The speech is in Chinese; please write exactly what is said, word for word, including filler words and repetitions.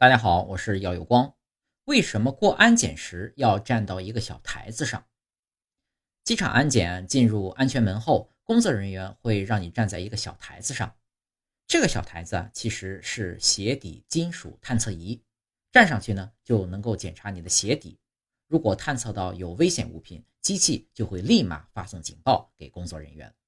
大家好，我是耀有光。为什么过安检时要站到一个小台子上？机场安检进入安全门后，工作人员会让你站在一个小台子上。这个小台子其实是鞋底金属探测仪，站上去呢就能够检查你的鞋底。如果探测到有危险物品，机器就会立马发送警报给工作人员。